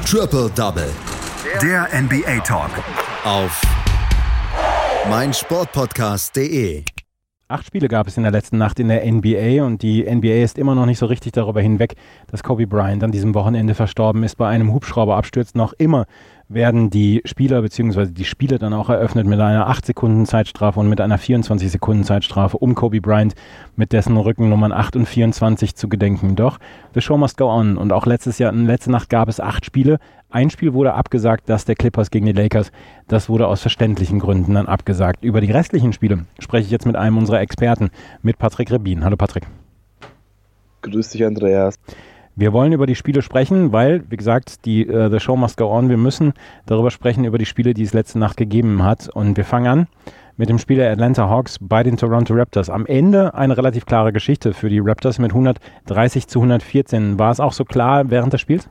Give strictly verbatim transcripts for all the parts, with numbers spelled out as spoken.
Triple Double. Der N B A Talk. Auf meinsportpodcast punkt de. Acht Spiele gab es in der letzten Nacht in der N B A und die N B A ist immer noch nicht so richtig darüber hinweg, dass Kobe Bryant an diesem Wochenende verstorben ist bei einem Hubschrauberabsturz. Noch immer werden die Spieler bzw. die Spiele dann auch eröffnet mit einer acht Sekunden Zeitstrafe und mit einer vierundzwanzig Sekunden Zeitstrafe, um Kobe Bryant mit dessen Rückennummern acht und vierundzwanzig zu gedenken. Doch the show must go on und auch letztes Jahr, letzte Nacht gab es acht Spiele. Ein Spiel wurde abgesagt, das der Clippers gegen die Lakers. Das wurde aus verständlichen Gründen dann abgesagt. Über die restlichen Spiele spreche ich jetzt mit einem unserer Experten, mit Patrick Rebin. Hallo Patrick. Grüß dich, Andreas. Wir wollen über die Spiele sprechen, weil, wie gesagt, die uh, The Show must go on. Wir müssen darüber sprechen, über die Spiele, die es letzte Nacht gegeben hat. Und wir fangen an mit dem Spiel der Atlanta Hawks bei den Toronto Raptors. Am Ende eine relativ klare Geschichte für die Raptors mit hundertdreißig zu hundertvierzehn. War es auch so klar während des Spiels?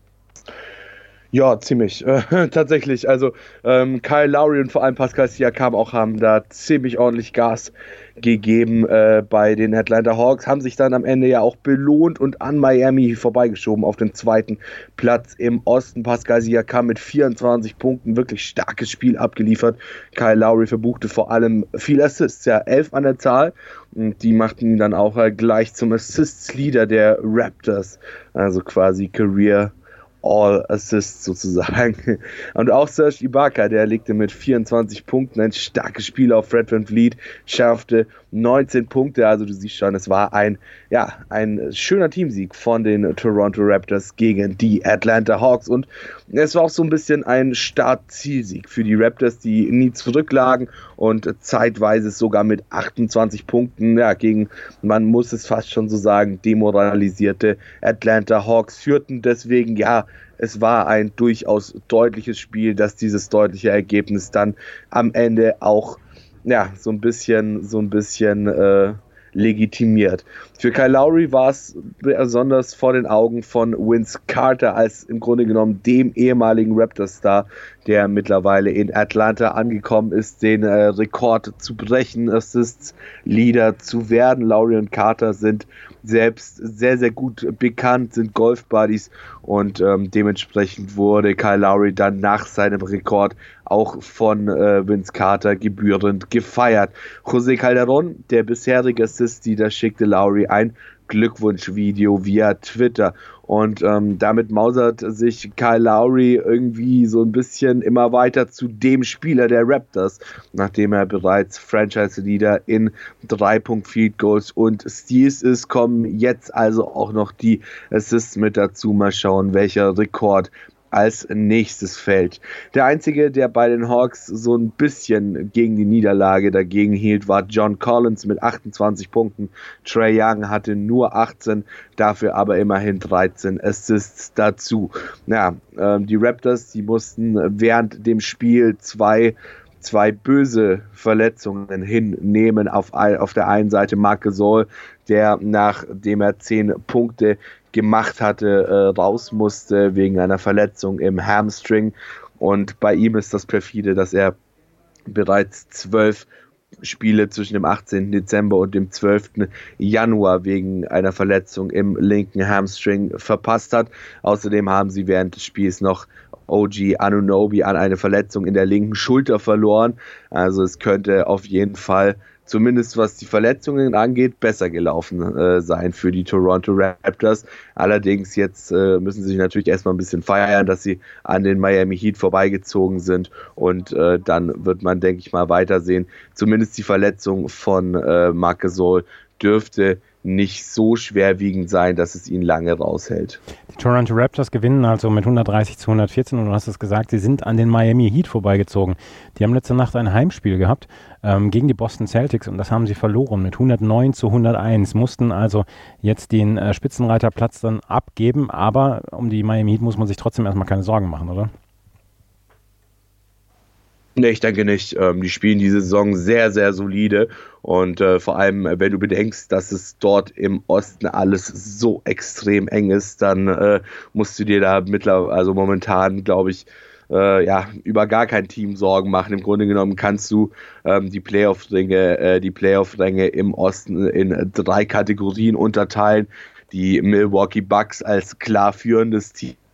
Ja, ziemlich. Äh, tatsächlich. Also ähm, Kyle Lowry und vor allem Pascal Siakam auch haben da ziemlich ordentlich Gas gegeben äh, bei den Atlanta Hawks, haben sich dann am Ende ja auch belohnt und an Miami vorbeigeschoben auf den zweiten Platz im Osten. Pascal Siakam mit vierundzwanzig Punkten, wirklich starkes Spiel abgeliefert. Kyle Lowry verbuchte vor allem viel Assists, ja, elf an der Zahl. Und die machten ihn dann auch äh, gleich zum Assists-Leader der Raptors, also quasi Career All-Assists sozusagen. Und auch Serge Ibaka, der legte mit vierundzwanzig Punkten ein starkes Spiel auf. Fred VanVleet schärfte neunzehn Punkte, also du siehst schon, es war ein, ja, ein schöner Teamsieg von den Toronto Raptors gegen die Atlanta Hawks und es war auch so ein bisschen ein Start-Zielsieg für die Raptors, die nie zurücklagen und zeitweise sogar mit achtundzwanzig Punkten, ja, gegen, man muss es fast schon so sagen, demoralisierte Atlanta Hawks führten. Deswegen, ja, es war ein durchaus deutliches Spiel, dass dieses deutliche Ergebnis dann am Ende auch, ja, so ein bisschen, so ein bisschen äh, legitimiert. Für Kyle Lowry war es besonders vor den Augen von Vince Carter als im Grunde genommen dem ehemaligen Raptors-Star, der mittlerweile in Atlanta angekommen ist, den äh, Rekord zu brechen, Assists-Leader zu werden. Lowry und Carter sind selbst sehr, sehr gut bekannt, sind Golf-Buddies und ähm, dementsprechend wurde Kyle Lowry dann nach seinem Rekord auch von äh, Vince Carter gebührend gefeiert. José Calderón, der bisherige Assist-Leader, schickte Lowry ein Glückwunschvideo via Twitter und ähm, damit mausert sich Kyle Lowry irgendwie so ein bisschen immer weiter zu dem Spieler der Raptors, nachdem er bereits Franchise-Leader in drei-Punkt-Field-Goals und Steals ist, kommen jetzt also auch noch die Assists mit dazu. Mal schauen, welcher Rekord als nächstes fällt. Der einzige, der bei den Hawks so ein bisschen gegen die Niederlage dagegen hielt, war John Collins mit achtundzwanzig Punkten. Trae Young hatte nur achtzehn, dafür aber immerhin dreizehn Assists dazu. Ja, äh, die Raptors, die mussten während dem Spiel zwei zwei böse Verletzungen hinnehmen. Auf, auf der einen Seite Marc Gasol, der nachdem er zehn Punkte gemacht hatte, äh, raus musste wegen einer Verletzung im Hamstring. Und bei ihm ist das perfide, dass er bereits zwölf Spiele zwischen dem achtzehnten Dezember und dem zwölften Januar wegen einer Verletzung im linken Hamstring verpasst hat. Außerdem haben sie während des Spiels noch O G Anunoby an eine Verletzung in der linken Schulter verloren. Also es könnte auf jeden Fall, zumindest was die Verletzungen angeht, besser gelaufen äh, sein für die Toronto Raptors. Allerdings jetzt äh, müssen sie sich natürlich erstmal ein bisschen feiern, dass sie an den Miami Heat vorbeigezogen sind und äh, dann wird man, denke ich mal, weitersehen. Zumindest die Verletzung von äh, Marc Gasol dürfte nicht so schwerwiegend sein, dass es ihn lange raushält. Die Toronto Raptors gewinnen also mit hundertdreißig zu hundertvierzehn und du hast es gesagt, sie sind an den Miami Heat vorbeigezogen. Die haben letzte Nacht ein Heimspiel gehabt ähm, gegen die Boston Celtics und das haben sie verloren mit hundertneun zu hunderteins, mussten also jetzt den äh, Spitzenreiterplatz dann abgeben, aber um die Miami Heat muss man sich trotzdem erstmal keine Sorgen machen, oder? Nee, ich denke nicht. Ähm, die spielen diese Saison sehr, sehr solide und äh, vor allem, wenn du bedenkst, dass es dort im Osten alles so extrem eng ist, dann äh, musst du dir da mittlerweile, also momentan, glaube ich, äh, ja, über gar kein Team Sorgen machen. Im Grunde genommen kannst du ähm, die Playoff-Ränge, äh, die Playoff-Ränge im Osten in drei Kategorien unterteilen. Die Milwaukee Bucks als klar führendes Team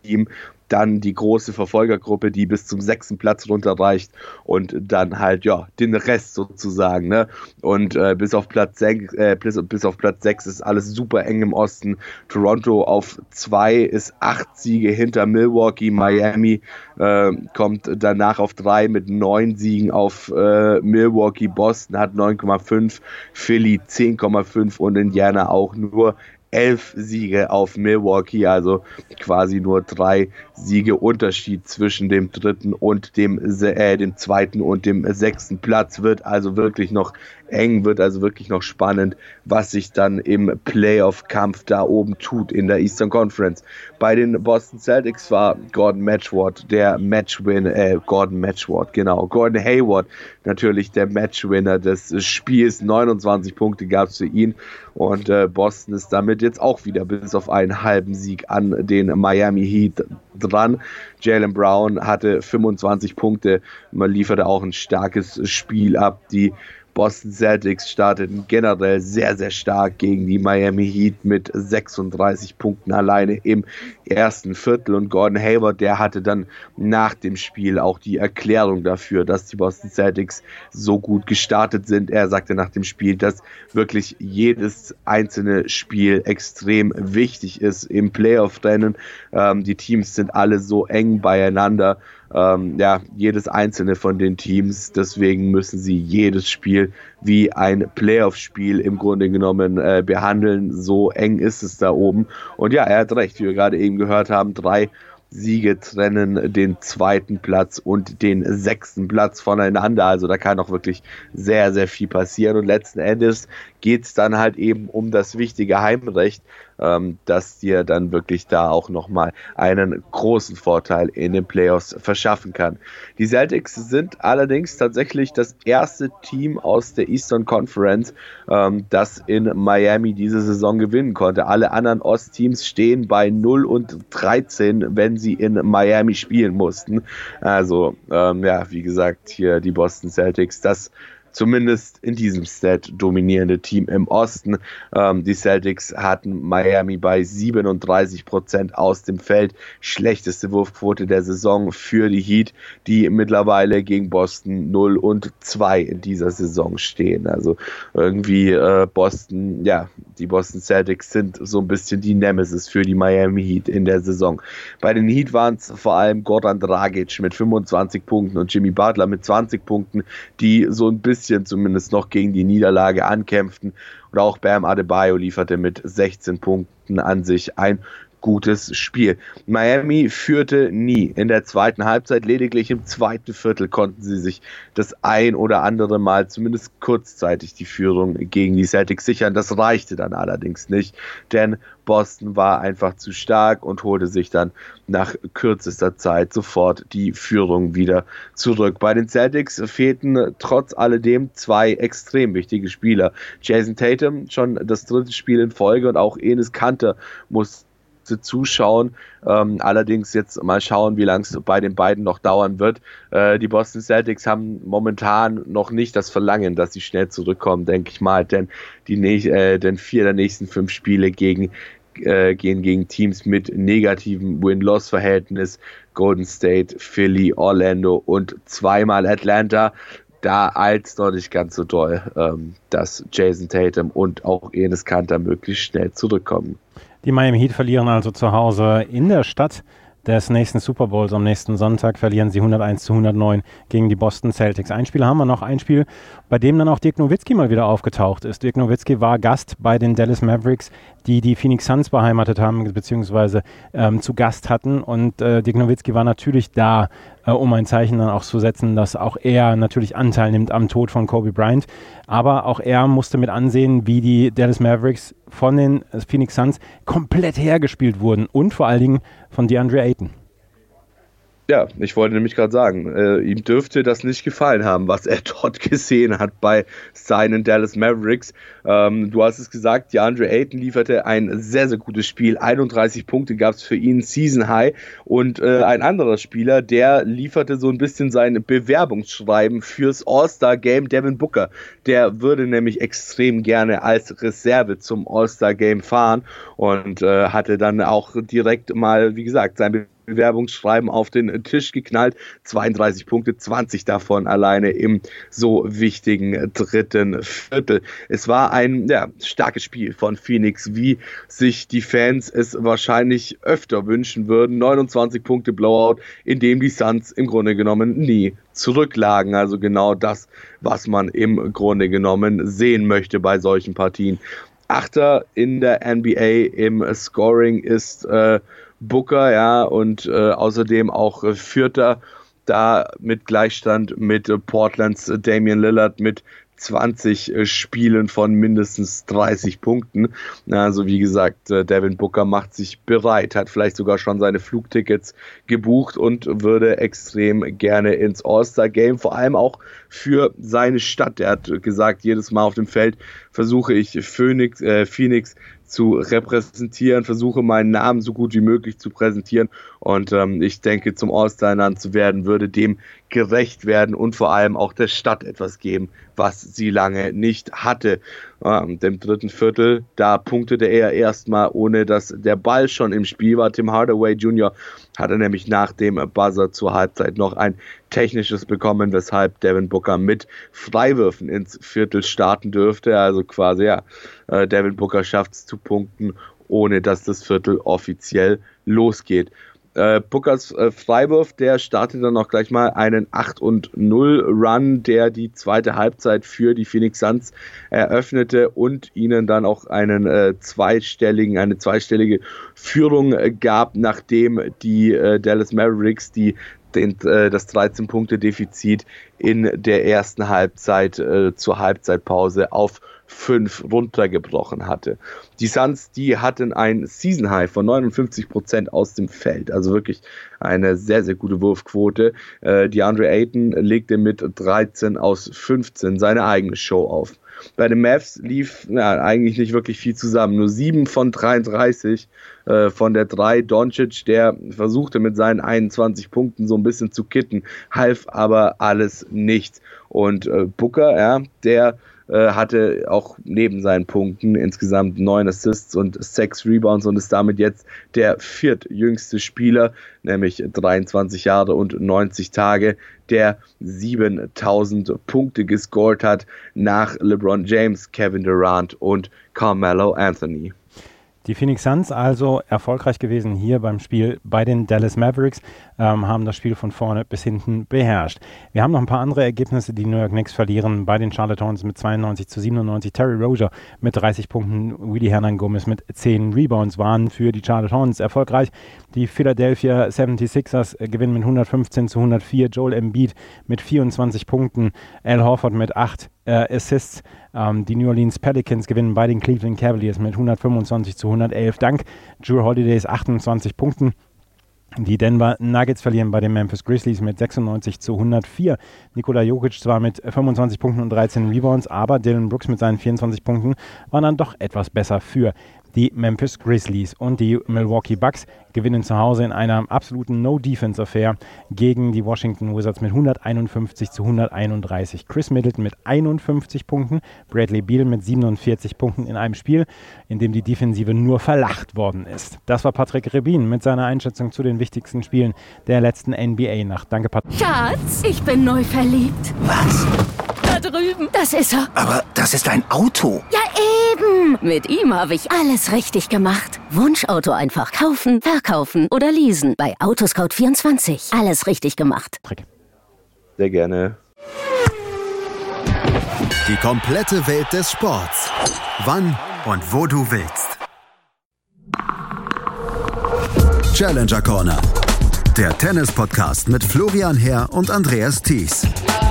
Team, dann die große Verfolgergruppe, die bis zum sechsten Platz runterreicht und dann halt, ja, den Rest sozusagen, ne? Und äh, bis auf Platz sechs, äh, bis, bis auf Platz sechs ist alles super eng im Osten. Toronto auf zwei ist acht Siege hinter Milwaukee, Miami äh, kommt danach auf drei mit neun Siegen auf äh, Milwaukee, Boston hat neun Komma fünf, Philly zehn Komma fünf und Indiana auch nur elf Siege auf Milwaukee, also quasi nur drei Siege Unterschied zwischen dem dritten und dem, äh, dem zweiten und dem sechsten Platz. Wird also wirklich noch eng, wird also wirklich noch spannend, was sich dann im Playoff-Kampf da oben tut in der Eastern Conference. Bei den Boston Celtics war Gordon Matchward der Matchwinner, äh, Gordon Matchward, genau, Gordon Hayward natürlich der Matchwinner des Spiels. neunundzwanzig Punkte gab es für ihn und äh, Boston ist damit jetzt auch wieder bis auf einen halben Sieg an den Miami Heat dran. Jaylen Brown hatte fünfundzwanzig Punkte, man lieferte auch ein starkes Spiel ab. Die Boston Celtics starteten generell sehr, sehr stark gegen die Miami Heat mit sechsunddreißig Punkten alleine im ersten Viertel und Gordon Hayward, der hatte dann nach dem Spiel auch die Erklärung dafür, dass die Boston Celtics so gut gestartet sind. Er sagte nach dem Spiel, dass wirklich jedes einzelne Spiel extrem wichtig ist im Playoff-Rennen. Ähm, die Teams sind alle so eng beieinander. Ähm, ja, jedes einzelne von den Teams, deswegen müssen sie jedes Spiel wie ein Playoff-Spiel im Grunde genommen äh, behandeln, so eng ist es da oben und ja, er hat recht, wie wir gerade eben gehört haben, drei Siege trennen den zweiten Platz und den sechsten Platz voneinander, also da kann auch wirklich sehr, sehr viel passieren und letzten Endes geht es dann halt eben um das wichtige Heimrecht, ähm, das dir dann wirklich da auch nochmal einen großen Vorteil in den Playoffs verschaffen kann. Die Celtics sind allerdings tatsächlich das erste Team aus der Eastern Conference, ähm, das in Miami diese Saison gewinnen konnte. Alle anderen Ostteams stehen bei null und dreizehn, wenn sie in Miami spielen mussten. Also, ähm, ja, wie gesagt, hier die Boston Celtics, das zumindest in diesem Stat dominierende Team im Osten. Ähm, die Celtics hatten Miami bei siebenunddreißig Prozent aus dem Feld. Schlechteste Wurfquote der Saison für die Heat, die mittlerweile gegen Boston null und zwei in dieser Saison stehen. Also irgendwie äh, Boston, ja, die Boston Celtics sind so ein bisschen die Nemesis für die Miami Heat in der Saison. Bei den Heat waren es vor allem Goran Dragic mit fünfundzwanzig Punkten und Jimmy Butler mit zwanzig Punkten, die so ein bisschen zumindest noch gegen die Niederlage ankämpften. Und auch Bam Adebayo lieferte mit sechzehn Punkten an sich ein gutes Spiel. Miami führte nie in der zweiten Halbzeit, lediglich im zweiten Viertel konnten sie sich das ein oder andere Mal zumindest kurzzeitig die Führung gegen die Celtics sichern. Das reichte dann allerdings nicht, denn Boston war einfach zu stark und holte sich dann nach kürzester Zeit sofort die Führung wieder zurück. Bei den Celtics fehlten trotz alledem zwei extrem wichtige Spieler. Jason Tatum, schon das dritte Spiel in Folge, und auch Enes Kanter muss zuschauen. Ähm, allerdings jetzt mal schauen, wie lange es bei den beiden noch dauern wird. Äh, die Boston Celtics haben momentan noch nicht das Verlangen, dass sie schnell zurückkommen, denke ich mal, denn die äh, denn vier der nächsten fünf Spiele gegen äh, gehen gegen Teams mit negativem Win-Loss-Verhältnis. Golden State, Philly, Orlando und zweimal Atlanta. Da eilt's noch nicht ganz so doll, ähm, dass Jason Tatum und auch Enes Kanter möglichst schnell zurückkommen. Die Miami Heat verlieren also zu Hause in der Stadt des nächsten Super Bowls. Am nächsten Sonntag verlieren sie hunderteins zu hundertneun gegen die Boston Celtics. Ein Spiel haben wir noch, ein Spiel, bei dem dann auch Dirk Nowitzki mal wieder aufgetaucht ist. Dirk Nowitzki war Gast bei den Dallas Mavericks, die die Phoenix Suns beheimatet haben, beziehungsweise ähm, zu Gast hatten. Und äh, Dirk Nowitzki war natürlich da, äh, um ein Zeichen dann auch zu setzen, dass auch er natürlich Anteil nimmt am Tod von Kobe Bryant. Aber auch er musste mit ansehen, wie die Dallas Mavericks von den Phoenix Suns komplett hergespielt wurden und vor allen Dingen von DeAndre Ayton. Ja, ich wollte nämlich gerade sagen, äh, ihm dürfte das nicht gefallen haben, was er dort gesehen hat bei seinen Dallas Mavericks. Ähm, du hast es gesagt, DeAndre Ayton lieferte ein sehr, sehr gutes Spiel. einunddreißig Punkte gab es für ihn, Season High. Und äh, ein anderer Spieler, der lieferte so ein bisschen sein Bewerbungsschreiben fürs All-Star-Game, Devin Booker. Der würde nämlich extrem gerne als Reserve zum All-Star-Game fahren und äh, hatte dann auch direkt mal, wie gesagt, sein Werbungsschreiben auf den Tisch geknallt. zweiunddreißig Punkte, zwanzig davon alleine im so wichtigen dritten Viertel. Es war ein ja, starkes Spiel von Phoenix, wie sich die Fans es wahrscheinlich öfter wünschen würden. neunundzwanzig Punkte Blowout, in dem die Suns im Grunde genommen nie zurücklagen. Also genau das, was man im Grunde genommen sehen möchte bei solchen Partien. Achter in der N B A im Scoring ist äh, Booker, ja, und äh, außerdem auch äh, Vierter, da mit Gleichstand mit äh, Portlands äh, Damian Lillard mit zwanzig äh, Spielen von mindestens dreißig Punkten. Also wie gesagt, äh, Devin Booker macht sich bereit, hat vielleicht sogar schon seine Flugtickets gebucht und würde extrem gerne ins All-Star-Game, vor allem auch für seine Stadt. Er hat gesagt, jedes Mal auf dem Feld versuche ich Phoenix, äh, Phoenix zu repräsentieren, versuche meinen Namen so gut wie möglich zu präsentieren und ähm, ich denke, zum All-Star ernannt zu werden, würde dem gerecht werden und vor allem auch der Stadt etwas geben, was sie lange nicht hatte. Ähm, Im dritten Viertel, da punktete er erstmal, ohne dass der Ball schon im Spiel war. Tim Hardaway Junior hatte nämlich nach dem Buzzer zur Halbzeit noch ein technisches bekommen, weshalb Devin Booker mit Freiwürfen ins Viertel starten dürfte. Also quasi, ja, äh, Devin Booker schafft es zu punkten, ohne dass das Viertel offiziell losgeht. Äh, Bookers äh, Freiwurf, der startet dann auch gleich mal einen acht und null Run, der die zweite Halbzeit für die Phoenix Suns eröffnete und ihnen dann auch einen äh, zweistelligen, eine zweistellige Führung äh, gab, nachdem die äh, Dallas Mavericks die Den, äh, das dreizehn-Punkte-Defizit in der ersten Halbzeit äh, zur Halbzeitpause auf fünf runtergebrochen hatte. Die Suns, die hatten ein Season-High von neunundfünfzig Prozent aus dem Feld, also wirklich eine sehr, sehr gute Wurfquote. Äh, DeAndre Ayton legte mit dreizehn aus fünfzehn seine eigene Show auf. Bei den Mavs lief ja, eigentlich nicht wirklich viel zusammen. Nur sieben von dreiunddreißig äh, von der drei. Doncic, der versuchte mit seinen einundzwanzig Punkten so ein bisschen zu kitten, half aber alles nichts. Und äh, Booker, ja, der äh, hatte auch neben seinen Punkten insgesamt neun Assists und sechs Rebounds und ist damit jetzt der viertjüngste Spieler, nämlich dreiundzwanzig Jahre und neunzig Tage, der siebentausend Punkte gescored hat nach LeBron James, Kevin Durant und Carmelo Anthony. Die Phoenix Suns also erfolgreich gewesen hier beim Spiel bei den Dallas Mavericks, ähm, haben das Spiel von vorne bis hinten beherrscht. Wir haben noch ein paar andere Ergebnisse. Die New York Knicks verlieren bei den Charlotte Hornets mit zweiundneunzig zu siebenundneunzig. Terry Rozier mit dreißig Punkten, Willy Hernangomez mit zehn Rebounds waren für die Charlotte Hornets erfolgreich. Die Philadelphia seventy-sixers gewinnen mit hundertfünfzehn zu hundertvier. Joel Embiid mit vierundzwanzig Punkten, Al Horford mit acht äh, Assists. Ähm, die New Orleans Pelicans gewinnen bei den Cleveland Cavaliers mit hundertfünfundzwanzig zu hundertelf dank Jrue Holidays achtundzwanzig Punkten. Die Denver Nuggets verlieren bei den Memphis Grizzlies mit sechsundneunzig zu hundertvier. Nikola Jokic zwar mit fünfundzwanzig Punkten und dreizehn Rebounds, aber Dillon Brooks mit seinen vierundzwanzig Punkten war dann doch etwas besser für die Memphis Grizzlies. Und die Milwaukee Bucks gewinnen zu Hause in einer absoluten No-Defense-Affair gegen die Washington Wizards mit hunderteinundfünfzig zu hunderteinunddreißig. Chris Middleton mit einundfünfzig Punkten, Bradley Beal mit siebenundvierzig Punkten in einem Spiel, in dem die Defensive nur verlacht worden ist. Das war Patrick Rebin mit seiner Einschätzung zu den wichtigsten Spielen der letzten N B A-Nacht. Danke, Patrick. Schatz, ich bin neu verliebt. Was? Da drüben. Das ist er. Aber das ist ein Auto. Ja, eben. Mit ihm habe ich alles richtig gemacht. Wunschauto einfach kaufen, verkaufen oder leasen. Bei Autoscout vierundzwanzig. Alles richtig gemacht. Sehr gerne. Die komplette Welt des Sports. Wann Und wo du willst. Challenger Corner. Der Tennis-Podcast mit Florian Herr und Andreas Thies.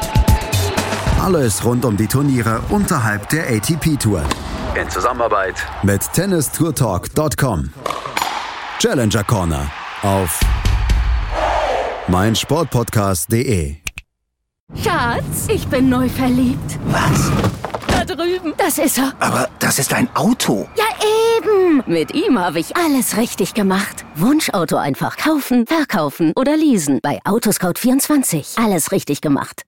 Alles rund um die Turniere unterhalb der A T P-Tour. In Zusammenarbeit Mit tennis tour talk punkt com. Challenger Corner auf meinsportpodcast punkt de. Schatz, ich bin neu verliebt. Was? Da drüben. Das ist er. Aber das ist ein Auto. Ja, eben. Mit ihm habe ich alles richtig gemacht. Wunschauto einfach kaufen, verkaufen oder leasen. Bei Autoscout vierundzwanzig. Alles richtig gemacht.